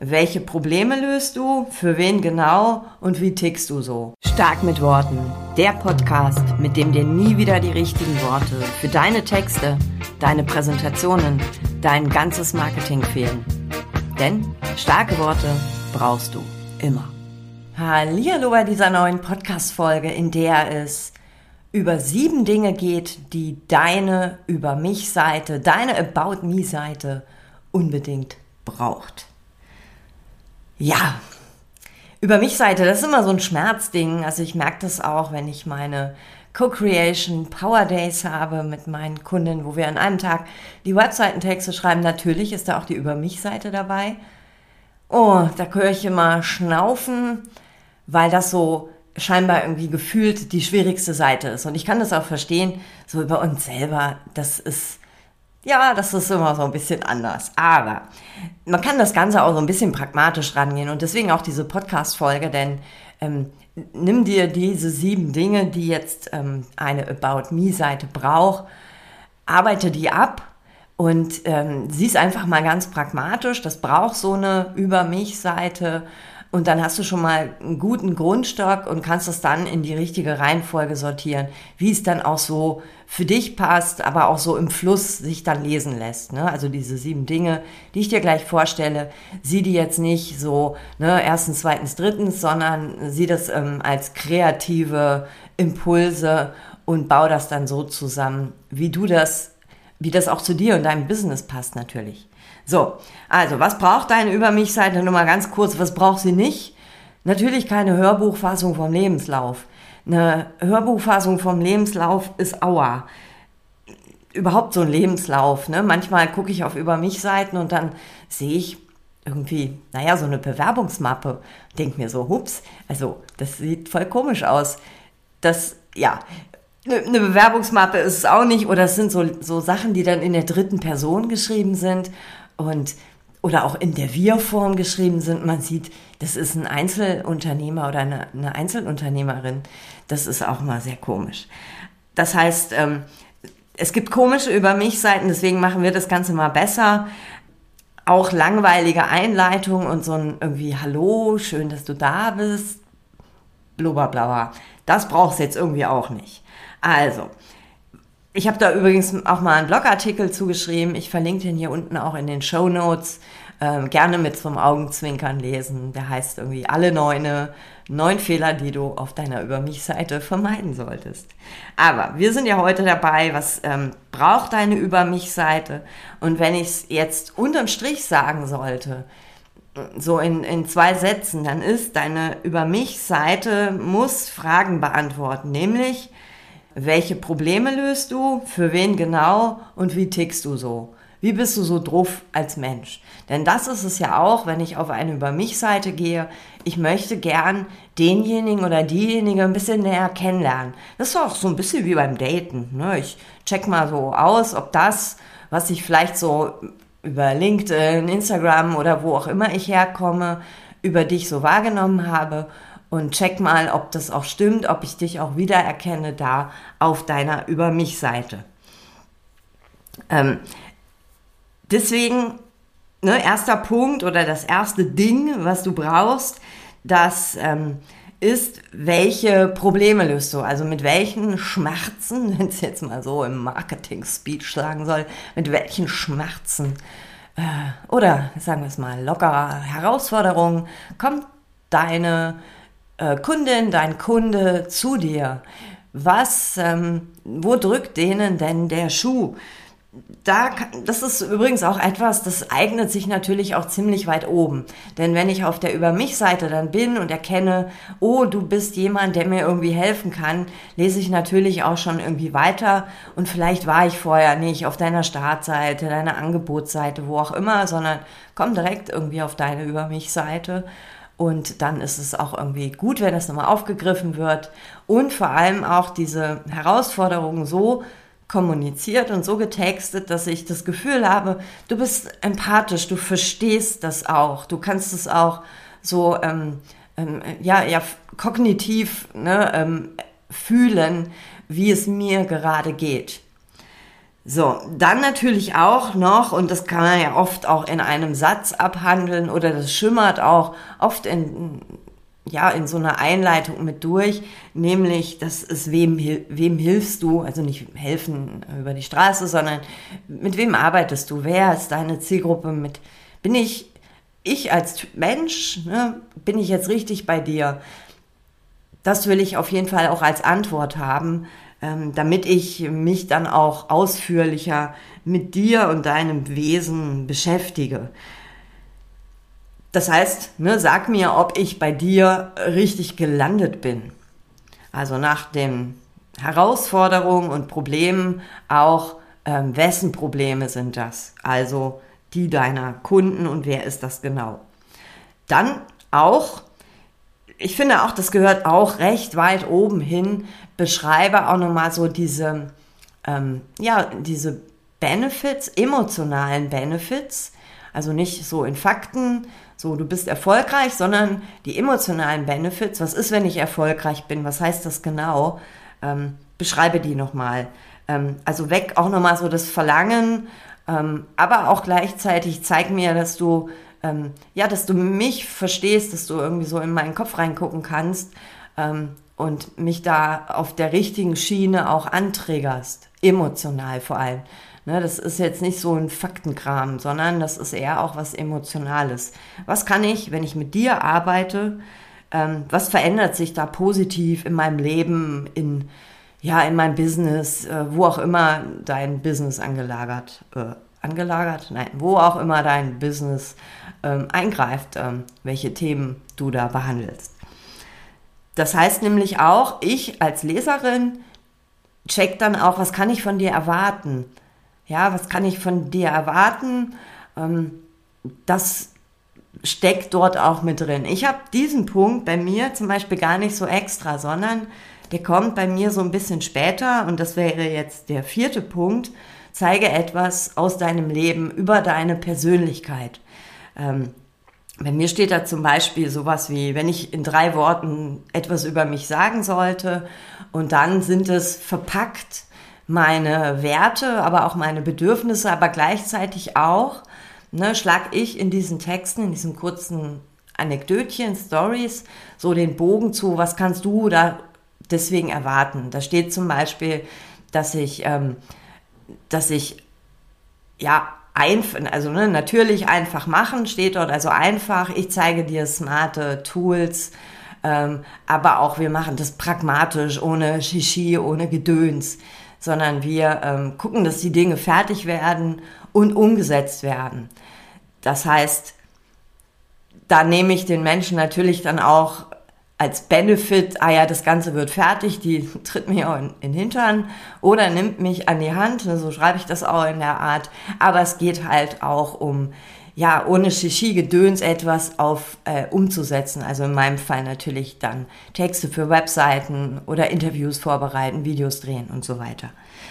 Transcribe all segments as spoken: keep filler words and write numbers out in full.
Welche Probleme löst du, für wen genau und wie tickst du so? Stark mit Worten, der Podcast, mit dem dir nie wieder die richtigen Worte für deine Texte, deine Präsentationen, dein ganzes Marketing fehlen. Denn starke Worte brauchst du immer. Hallihallo bei dieser neuen Podcast-Folge, in der es über sieben Dinge geht, die deine Über-mich-Seite, deine About-me-Seite unbedingt braucht. Ja, Über-mich-Seite, das ist immer so ein Schmerzding. Also ich merke das auch, wenn ich meine Co-Creation Power Days habe mit meinen Kunden, wo wir an einem Tag die Webseitentexte schreiben. Natürlich ist da auch die Über-mich-Seite dabei. Oh, da höre ich immer schnaufen, weil das so scheinbar irgendwie gefühlt die schwierigste Seite ist. Und ich kann das auch verstehen, so über uns selber, das ist... Ja, das ist immer so ein bisschen anders. Aber man kann das Ganze auch so ein bisschen pragmatisch rangehen und deswegen auch diese Podcast-Folge, denn ähm, nimm dir diese sieben Dinge, die jetzt ähm, eine About-Me-Seite braucht, arbeite die ab und ähm, sieh es einfach mal ganz pragmatisch. Das braucht so eine Über-mich-Seite und dann hast du schon mal einen guten Grundstock und kannst das dann in die richtige Reihenfolge sortieren, wie es dann auch so für dich passt, aber auch so im Fluss sich dann lesen lässt. Ne? Also diese sieben Dinge, die ich dir gleich vorstelle, sieh die jetzt nicht so ne, erstens, zweitens, drittens, sondern sieh das ähm, als kreative Impulse und bau das dann so zusammen, wie du das, wie das auch zu dir und deinem Business passt natürlich. So, also was braucht deine Über-mich-Seite? Nur mal ganz kurz, was braucht sie nicht? Natürlich keine Hörbuchfassung vom Lebenslauf. Eine Hörbuchfassung vom Lebenslauf ist Aua. Überhaupt so ein Lebenslauf. Ne? Manchmal gucke ich auf Über-mich-Seiten und dann sehe ich irgendwie, naja, so eine Bewerbungsmappe. Denke mir so, hups, also das sieht voll komisch aus. Das, ja... Eine Bewerbungsmappe ist es auch nicht, oder es sind so, so Sachen, die dann in der dritten Person geschrieben sind und oder auch in der Wir-Form geschrieben sind. Man sieht, das ist ein Einzelunternehmer oder eine, eine Einzelunternehmerin. Das ist auch mal sehr komisch. Das heißt, ähm, es gibt komische Über-mich-Seiten, deswegen machen wir das Ganze mal besser. Auch langweilige Einleitung und so ein irgendwie Hallo, schön, dass du da bist, blablabla. Das brauchst du jetzt irgendwie auch nicht. Also, ich habe da übrigens auch mal einen Blogartikel zugeschrieben. Ich verlinke den hier unten auch in den Shownotes. Ähm, gerne mit zum Augenzwinkern lesen. Der heißt irgendwie alle neune, neun Fehler, die du auf deiner Über-mich-Seite vermeiden solltest. Aber wir sind ja heute dabei, was ähm, braucht deine Über-mich-Seite? Und wenn ich es jetzt unterm Strich sagen sollte, so in, in zwei Sätzen, dann ist deine Über-mich-Seite muss Fragen beantworten, nämlich welche Probleme löst du, für wen genau und wie tickst du so? Wie bist du so drauf als Mensch? Denn das ist es ja auch, wenn ich auf eine Über-mich-Seite gehe. Ich möchte gern denjenigen oder diejenige ein bisschen näher kennenlernen. Das ist auch so ein bisschen wie beim Daten. Ne? Ich check mal so aus, ob das, was ich vielleicht so über LinkedIn, Instagram oder wo auch immer ich herkomme, über dich so wahrgenommen habe und check mal, ob das auch stimmt, ob ich dich auch wiedererkenne da auf deiner Über-mich-Seite. Ähm, deswegen, ne, erster Punkt oder das erste Ding, was du brauchst, das ähm, ist, welche Probleme löst du? Also mit welchen Schmerzen, wenn es jetzt mal so im Marketing-Speech sagen soll, mit welchen Schmerzen äh, oder sagen wir es mal lockerer Herausforderungen kommt deine äh, Kundin, dein Kunde zu dir? Was, ähm, wo drückt denen denn der Schuh? Da, das ist übrigens auch etwas, das eignet sich natürlich auch ziemlich weit oben. Denn wenn ich auf der Über-mich-Seite dann bin und erkenne, oh, du bist jemand, der mir irgendwie helfen kann, lese ich natürlich auch schon irgendwie weiter. Und vielleicht war ich vorher nicht auf deiner Startseite, deiner Angebotsseite, wo auch immer, sondern komm direkt irgendwie auf deine Über-mich-Seite. Und dann ist es auch irgendwie gut, wenn das nochmal aufgegriffen wird. Und vor allem auch diese Herausforderungen so kommuniziert und so getextet, dass ich das Gefühl habe, du bist empathisch, du verstehst das auch, du kannst es auch so ähm, ähm, ja, ja, kognitiv ne, ähm, fühlen, wie es mir gerade geht. So, dann natürlich auch noch, und das kann man ja oft auch in einem Satz abhandeln oder das schimmert auch oft in, ja, in so einer Einleitung mit durch, nämlich, das ist, wem, wem hilfst du, also nicht helfen über die Straße, sondern mit wem arbeitest du, wer ist deine Zielgruppe, mit, bin ich, ich als Mensch, ne, bin ich jetzt richtig bei dir? Das will ich auf jeden Fall auch als Antwort haben, ähm, damit ich mich dann auch ausführlicher mit dir und deinem Wesen beschäftige. Das heißt, ne, sag mir, ob ich bei dir richtig gelandet bin. Also nach den Herausforderungen und Problemen auch, ähm, wessen Probleme sind das? Also die deiner Kunden und wer ist das genau? Dann auch, ich finde auch, das gehört auch recht weit oben hin, beschreibe auch nochmal so diese, ähm, ja, diese Benefits, emotionalen Benefits, also nicht so in Fakten, so du bist erfolgreich, sondern die emotionalen Benefits, was ist, wenn ich erfolgreich bin, was heißt das genau, ähm, beschreibe die nochmal. Ähm, also weg auch nochmal so das Verlangen, ähm, aber auch gleichzeitig zeig mir, dass du, ähm, ja, dass du mich verstehst, dass du irgendwie so in meinen Kopf reingucken kannst ähm, und mich da auf der richtigen Schiene auch anträgerst, emotional vor allem. Ne, das ist jetzt nicht so ein Faktenkram, sondern das ist eher auch was Emotionales. Was kann ich, wenn ich mit dir arbeite, ähm, was verändert sich da positiv in meinem Leben, in, ja, in meinem Business, äh, wo auch immer dein Business angelagert, äh, angelagert? Nein, wo auch immer dein Business ähm, eingreift, ähm, welche Themen du da behandelst. Das heißt nämlich auch, ich als Leserin check dann auch, was kann ich von dir erwarten? Ja, was kann ich von dir erwarten? Ähm, das steckt dort auch mit drin. Ich habe diesen Punkt bei mir zum Beispiel gar nicht so extra, sondern der kommt bei mir so ein bisschen später und das wäre jetzt der vierte Punkt. Zeige etwas aus deinem Leben über deine Persönlichkeit. Ähm, bei mir steht da zum Beispiel sowas wie, wenn ich in drei Worten etwas über mich sagen sollte und dann sind es verpackt meine Werte, aber auch meine Bedürfnisse, aber gleichzeitig auch, ne, schlag ich in diesen Texten, in diesen kurzen Anekdötchen, Stories, so den Bogen zu, was kannst du da deswegen erwarten? Da steht zum Beispiel, dass ich, ähm, dass ich, ja, einfach, also ne, natürlich einfach machen, steht dort also einfach, ich zeige dir smarte Tools, ähm, aber auch wir machen das pragmatisch, ohne Shishi, ohne Gedöns, sondern wir ähm, gucken, dass die Dinge fertig werden und umgesetzt werden. Das heißt, da nehme ich den Menschen natürlich dann auch als Benefit, ah ja, das Ganze wird fertig, die tritt mir auch in, in den Hintern oder nimmt mich an die Hand, so schreibe ich das auch in der Art, aber es geht halt auch um, ja, ohne Shishi-Gedöns etwas auf äh, umzusetzen, also in meinem Fall natürlich dann Texte für Webseiten oder Interviews vorbereiten, Videos drehen und so weiter.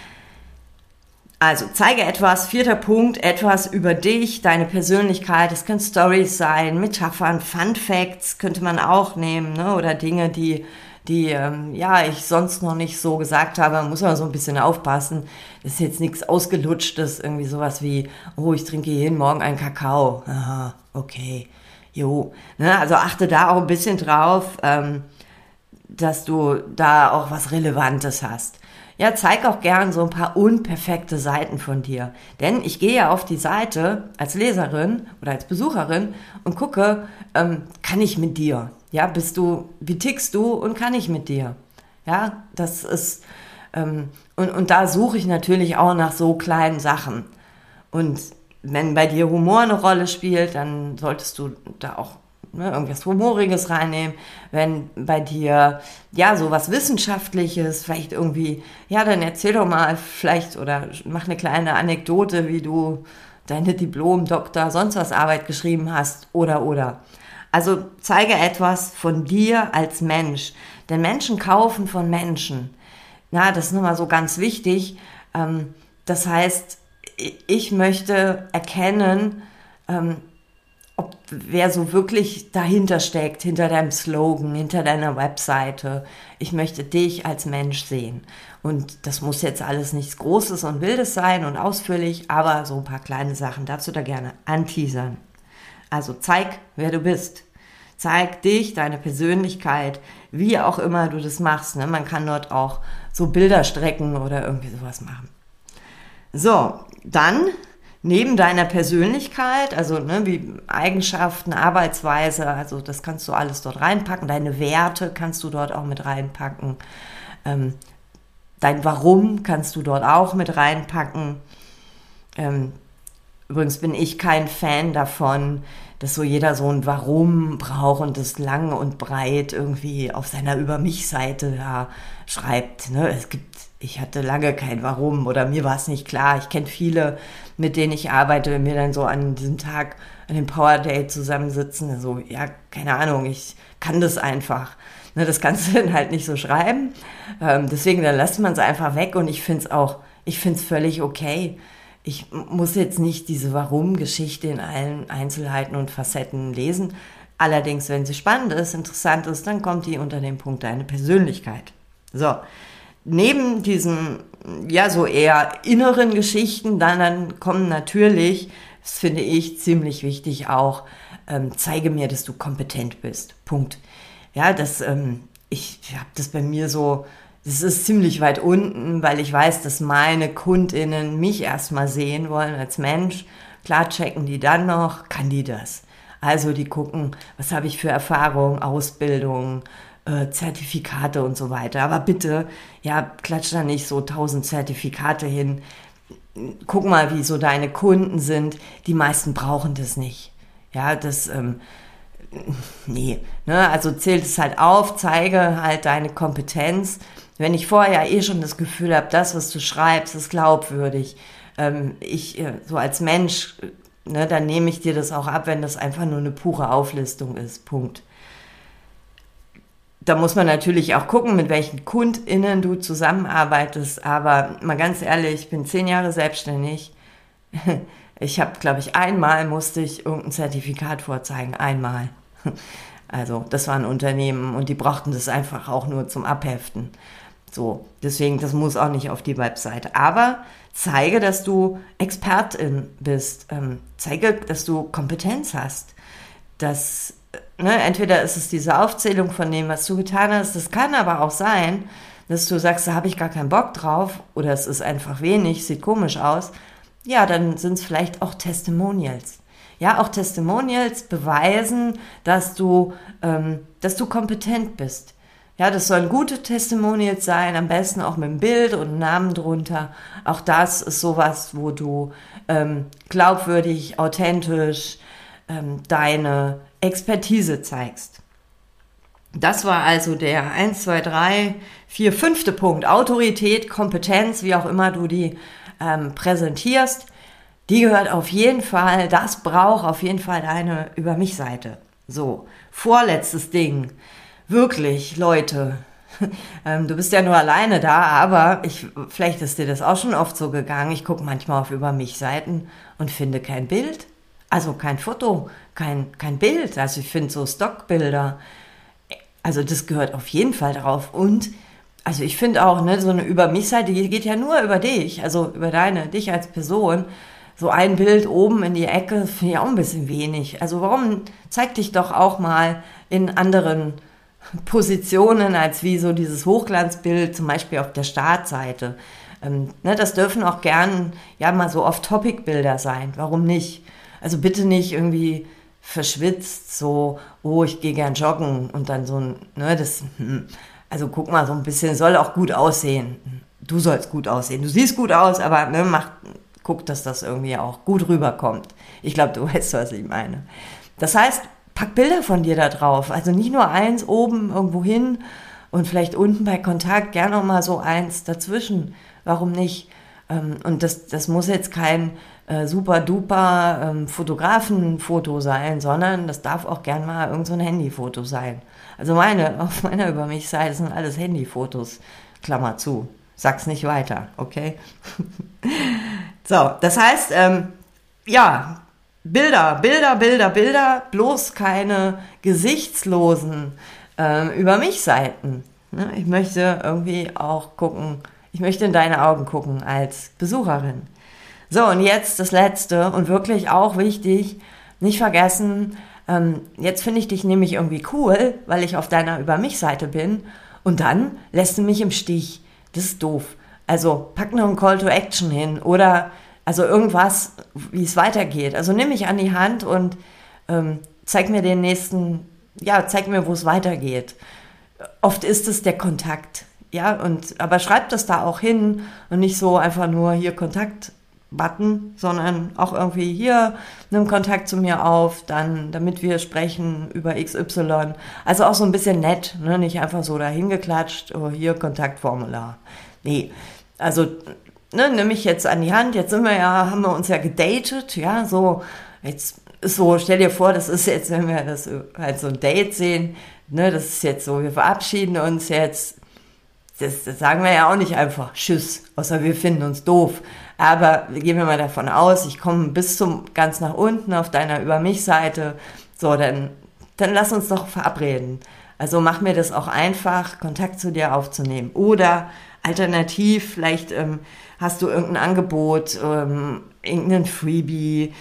Also zeige etwas, vierter Punkt, etwas über dich, deine Persönlichkeit, es können Stories sein, Metaphern, Fun Facts könnte man auch nehmen, ne? Oder Dinge, die, die ähm, ja, ich sonst noch nicht so gesagt habe, muss man so ein bisschen aufpassen. Das ist jetzt nichts Ausgelutschtes, irgendwie sowas wie, oh, ich trinke jeden Morgen einen Kakao. Aha, okay, jo. Ne? Also achte da auch ein bisschen drauf, ähm, dass du da auch was Relevantes hast. Ja, zeig auch gern so ein paar unperfekte Seiten von dir. Denn ich gehe ja auf die Seite als Leserin oder als Besucherin und gucke, ähm, kann ich mit dir? Ja, bist du, wie tickst du und kann ich mit dir? Ja, das ist, ähm, und, und da suche ich natürlich auch nach so kleinen Sachen. Und wenn bei dir Humor eine Rolle spielt, dann solltest du da auch ne, irgendwas Humoriges reinnehmen. Wenn bei dir, ja, so was Wissenschaftliches, vielleicht irgendwie, ja, dann erzähl doch mal vielleicht oder mach eine kleine Anekdote, wie du deine Diplom, Doktor, sonst was Arbeit geschrieben hast oder, oder. Also zeige etwas von dir als Mensch. Denn Menschen kaufen von Menschen. Na, das ist nochmal so ganz wichtig. Das heißt, ich möchte erkennen, ob wer so wirklich dahinter steckt, hinter deinem Slogan, hinter deiner Webseite. Ich möchte dich als Mensch sehen. Und das muss jetzt alles nichts Großes und Wildes sein und ausführlich, aber so ein paar kleine Sachen darfst du da gerne anteasern. Also zeig, wer du bist. Zeig dich, deine Persönlichkeit, wie auch immer du das machst. Ne? Man kann dort auch so Bilder strecken oder irgendwie sowas machen. So, dann neben deiner Persönlichkeit, also ne, wie Eigenschaften, Arbeitsweise, also das kannst du alles dort reinpacken. Deine Werte kannst du dort auch mit reinpacken. Ähm, dein Warum kannst du dort auch mit reinpacken. Ähm, übrigens bin ich kein Fan davon, dass so jeder so ein Warum braucht und das lang und breit irgendwie auf seiner Über-mich-Seite ja, schreibt. Ne? Es gibt, ich hatte lange kein Warum oder mir war es nicht klar. Ich kenne viele, mit denen ich arbeite, wenn wir dann so an diesem Tag, an dem Power Day zusammensitzen. So, ja, keine Ahnung, ich kann das einfach. Ne, das kannst du dann halt nicht so schreiben. Ähm, deswegen, dann lässt man es einfach weg und ich finde es auch, ich finde es völlig okay. Ich muss jetzt nicht diese Warum-Geschichte in allen Einzelheiten und Facetten lesen. Allerdings, wenn sie spannend ist, interessant ist, dann kommt die unter dem Punkt deine Persönlichkeit. So, neben diesen, ja, so eher inneren Geschichten, dann, dann kommen natürlich, das finde ich ziemlich wichtig auch, ähm, zeige mir, dass du kompetent bist. Punkt. Ja, das, ähm, ich habe das bei mir so, das ist ziemlich weit unten, weil ich weiß, dass meine KundInnen mich erstmal sehen wollen als Mensch. Klar checken die dann noch, kann die das? Also die gucken, was habe ich für Erfahrung, Ausbildung, äh, Zertifikate und so weiter. Aber bitte, ja, klatsch da nicht so tausend Zertifikate hin. Guck mal, wie so deine Kunden sind. Die meisten brauchen das nicht. Ja, das, ähm, nee, ne, also zählt es halt auf, zeige halt deine Kompetenz. Wenn ich vorher eh schon das Gefühl habe, das, was du schreibst, ist glaubwürdig, ähm, ich äh, so als Mensch, ne, dann nehme ich dir das auch ab, wenn das einfach nur eine pure Auflistung ist, Punkt. Da muss man natürlich auch gucken, mit welchen KundInnen du zusammenarbeitest, aber mal ganz ehrlich, ich bin zehn Jahre selbstständig. Ich habe, glaube ich, einmal musste ich irgendein Zertifikat vorzeigen, einmal. Also das war ein Unternehmen und die brauchten das einfach auch nur zum Abheften. So, deswegen, das muss auch nicht auf die Webseite. Aber zeige, dass du Expertin bist. Ähm, zeige, dass du Kompetenz hast. Das, ne, entweder ist es diese Aufzählung von dem, was du getan hast. Das kann aber auch sein, dass du sagst, da habe ich gar keinen Bock drauf. Oder es ist einfach wenig, sieht komisch aus. Ja, dann sind es vielleicht auch Testimonials. Ja, auch Testimonials beweisen, dass du, ähm, dass du kompetent bist. Ja, das sollen gute Testimonials sein, am besten auch mit einem Bild und einem Namen drunter. Auch das ist sowas, wo du ähm, glaubwürdig, authentisch ähm, deine Expertise zeigst. Das war also der eins, zwei, drei, vier, fünfte Punkt. Autorität, Kompetenz, wie auch immer du die ähm, präsentierst. Die gehört auf jeden Fall, das braucht auf jeden Fall deine Über-mich-Seite. So, vorletztes Ding. Wirklich, Leute, ähm, du bist ja nur alleine da, aber ich, vielleicht ist dir das auch schon oft so gegangen. Ich gucke manchmal auf Über-mich-Seiten und finde kein Bild. Also kein Foto, kein, kein Bild. Also ich finde so Stockbilder. Also das gehört auf jeden Fall drauf. Und also ich finde auch, ne, so eine Über-mich-Seite, die geht ja nur über dich, also über deine, dich als Person. So ein Bild oben in die Ecke finde ich auch ein bisschen wenig. Also warum zeig dich doch auch mal in anderen Positionen als wie so dieses Hochglanzbild, zum Beispiel auf der Startseite. Ähm, ne, das dürfen auch gern ja mal so Off-Topic-Bilder sein. Warum nicht? Also bitte nicht irgendwie verschwitzt, so, oh, ich gehe gern joggen und dann so ein, ne, das, also guck mal, so ein bisschen, soll auch gut aussehen. Du sollst gut aussehen. Du siehst gut aus, aber ne, mach, guck, dass das irgendwie auch gut rüberkommt. Ich glaube, du weißt, was ich meine. Das heißt, pack Bilder von dir da drauf. Also nicht nur eins oben irgendwo hin und vielleicht unten bei Kontakt gerne auch mal so eins dazwischen. Warum nicht? Und das, das muss jetzt kein äh, super-duper ähm, Fotografenfoto sein, sondern das darf auch gern mal irgend so ein Handyfoto sein. Also meine, auf meiner Über-mich-Seite sind alles Handyfotos. Klammer zu. Sag's nicht weiter, okay? So, das heißt, ähm, ja, Bilder, Bilder, Bilder, Bilder, bloß keine gesichtslosen äh, Über mich Seiten. Ne? Ich möchte irgendwie auch gucken, ich möchte in deine Augen gucken als Besucherin. So, und jetzt das Letzte und wirklich auch wichtig, nicht vergessen, ähm, jetzt finde ich dich nämlich irgendwie cool, weil ich auf deiner Über mich Seite bin und dann lässt du mich im Stich. Das ist doof. Also pack noch einen Call to Action hin oder also irgendwas, wie es weitergeht. Also nimm mich an die Hand und ähm, zeig mir den nächsten, ja, zeig mir, wo es weitergeht. Oft ist es der Kontakt, ja, und aber schreib das da auch hin und nicht so einfach nur hier Kontakt-Button, sondern auch irgendwie hier, nimm Kontakt zu mir auf, dann, damit wir sprechen über X Y. Also auch so ein bisschen nett, ne? Nicht einfach so dahin geklatscht, oh, hier Kontaktformular. Nee, also ne, nimm mich jetzt an die Hand, jetzt sind wir ja, haben wir uns ja gedatet, ja, so, jetzt ist so, stell dir vor, das ist jetzt, wenn wir das halt so ein Date sehen, ne, das ist jetzt so, wir verabschieden uns jetzt, das, das sagen wir ja auch nicht einfach, tschüss, außer wir finden uns doof, aber gehen wir mal davon aus, ich komme bis zum, ganz nach unten auf deiner Über mich Seite, so, dann, dann lass uns doch verabreden, also mach mir das auch einfach, Kontakt zu dir aufzunehmen, oder alternativ, vielleicht ähm, hast du irgendein Angebot, ähm, irgendein Freebie.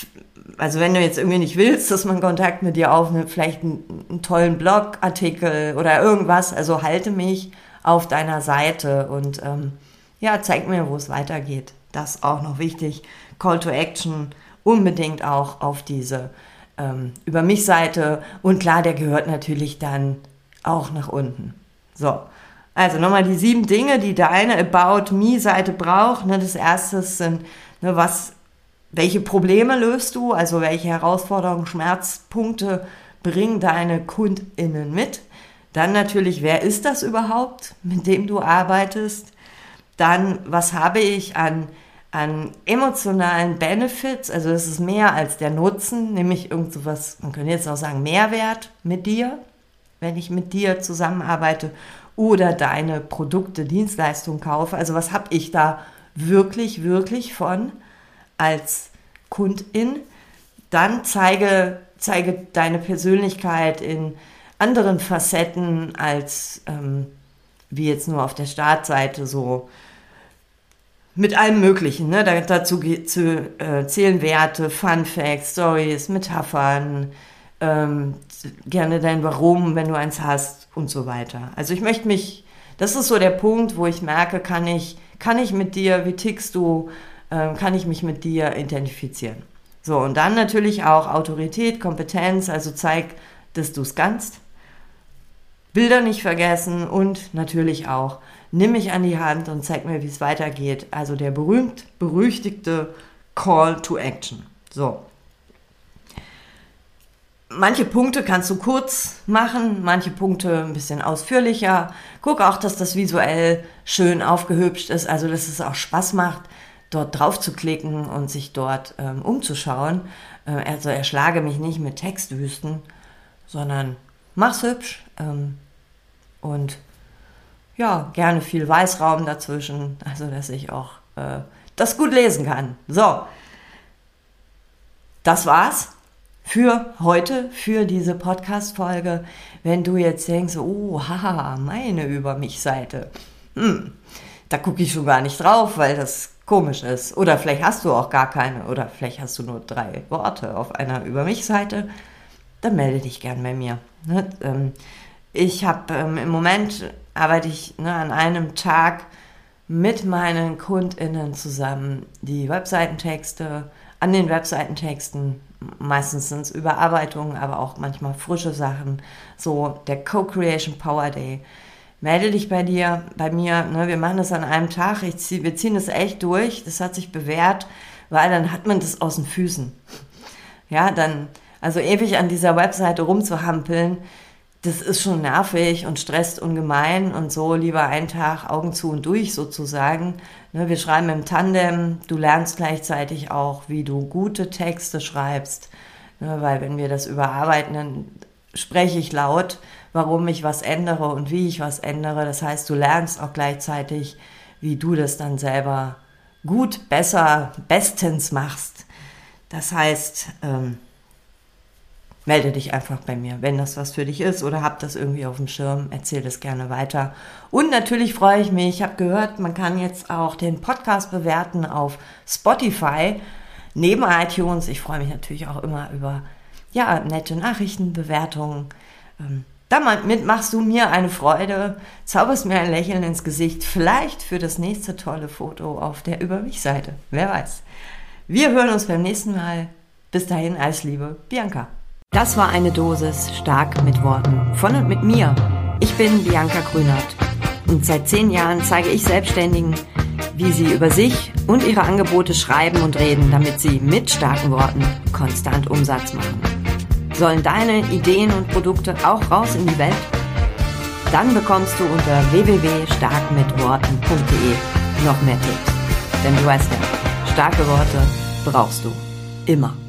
Also wenn du jetzt irgendwie nicht willst, dass man Kontakt mit dir aufnimmt, vielleicht einen, einen tollen Blogartikel oder irgendwas. Also halte mich auf deiner Seite und ähm, ja, zeig mir, wo es weitergeht. Das ist auch noch wichtig. Call to Action unbedingt auch auf diese ähm, Über mich Seite. Und klar, der gehört natürlich dann auch nach unten. So. Also nochmal die sieben Dinge, die deine About Me Seite braucht. Ne, das erste sind, ne, was, welche Probleme löst du, also welche Herausforderungen, Schmerzpunkte bringen deine KundInnen mit. Dann natürlich, wer ist das überhaupt, mit dem du arbeitest. Dann, was habe ich an, an emotionalen Benefits, also das ist mehr als der Nutzen, nämlich irgend sowas, man könnte jetzt auch sagen, Mehrwert mit dir, wenn ich mit dir zusammenarbeite oder deine Produkte, Dienstleistungen kaufe. Also was habe ich da wirklich, wirklich von als Kundin? Dann zeige, zeige deine Persönlichkeit in anderen Facetten als ähm, wie jetzt nur auf der Startseite so mit allem Möglichen. Ne? Da, dazu zu, äh, zählen Werte, Fun Facts, Stories, Metaphern, ähm, gerne dein Warum, wenn du eins hast und so weiter. Also ich möchte mich, das ist so der Punkt, wo ich merke, kann ich, kann ich mit dir, wie tickst du, ähm, kann ich mich mit dir identifizieren. So, und dann natürlich auch Autorität, Kompetenz, also zeig, dass du es kannst. Bilder nicht vergessen und natürlich auch, nimm mich an die Hand und zeig mir, wie es weitergeht. Also der berühmt-berüchtigte Call to Action. So. Manche Punkte kannst du kurz machen, manche Punkte ein bisschen ausführlicher. Guck auch, dass das visuell schön aufgehübscht ist, also dass es auch Spaß macht, dort drauf zu klicken und sich dort ähm, umzuschauen. Äh, also erschlage mich nicht mit Textwüsten, sondern mach's hübsch ähm, und ja, gerne viel Weißraum dazwischen, also dass ich auch äh, das gut lesen kann. So, das war's für heute, für diese Podcast-Folge. Wenn du jetzt denkst, oh, haha, meine Über mich Seite, hm, da gucke ich schon gar nicht drauf, weil das komisch ist. Oder vielleicht hast du auch gar keine, oder vielleicht hast du nur drei Worte auf einer Über mich Seite, dann melde dich gern bei mir. Ne? Ähm, ich habe ähm, im Moment arbeite ich ne, an einem Tag mit meinen KundInnen zusammen die Webseitentexte, an den Webseitentexten, meistens sind es Überarbeitungen, aber auch manchmal frische Sachen, so der Co-Creation Power Day. Melde dich bei dir, bei mir, ne, wir machen das an einem Tag, ich zieh, wir ziehen das echt durch, das hat sich bewährt, weil dann hat man das aus den Füßen. Ja, dann, also ewig an dieser Webseite rumzuhampeln, das ist schon nervig und stresst ungemein und so lieber einen Tag Augen zu und durch sozusagen. Ne, wir schreiben im Tandem, du lernst gleichzeitig auch, wie du gute Texte schreibst, ne, weil wenn wir das überarbeiten, dann spreche ich laut, warum ich was ändere und wie ich was ändere. Das heißt, du lernst auch gleichzeitig, wie du das dann selber gut, besser, bestens machst. Das heißt, ähm, melde dich einfach bei mir, wenn das was für dich ist oder habt das irgendwie auf dem Schirm, erzähl das gerne weiter. Und natürlich freue ich mich, ich habe gehört, man kann jetzt auch den Podcast bewerten auf Spotify neben iTunes. Ich freue mich natürlich auch immer über ja, nette Nachrichten, Bewertungen. Ähm, damit machst du mir eine Freude, zauberst mir ein Lächeln ins Gesicht, vielleicht für das nächste tolle Foto auf der Über mich-Seite. Wer weiß. Wir hören uns beim nächsten Mal. Bis dahin, alles Liebe, Bianca. Das war eine Dosis stark mit Worten von und mit mir. Ich bin Bianca Grünert und seit zehn Jahren zeige ich Selbstständigen, wie sie über sich und ihre Angebote schreiben und reden, damit sie mit starken Worten konstant Umsatz machen. Sollen deine Ideen und Produkte auch raus in die Welt? Dann bekommst du unter w w w punkt stark mit worten punkt d e noch mehr Tipps. Denn du weißt ja, starke Worte brauchst du immer.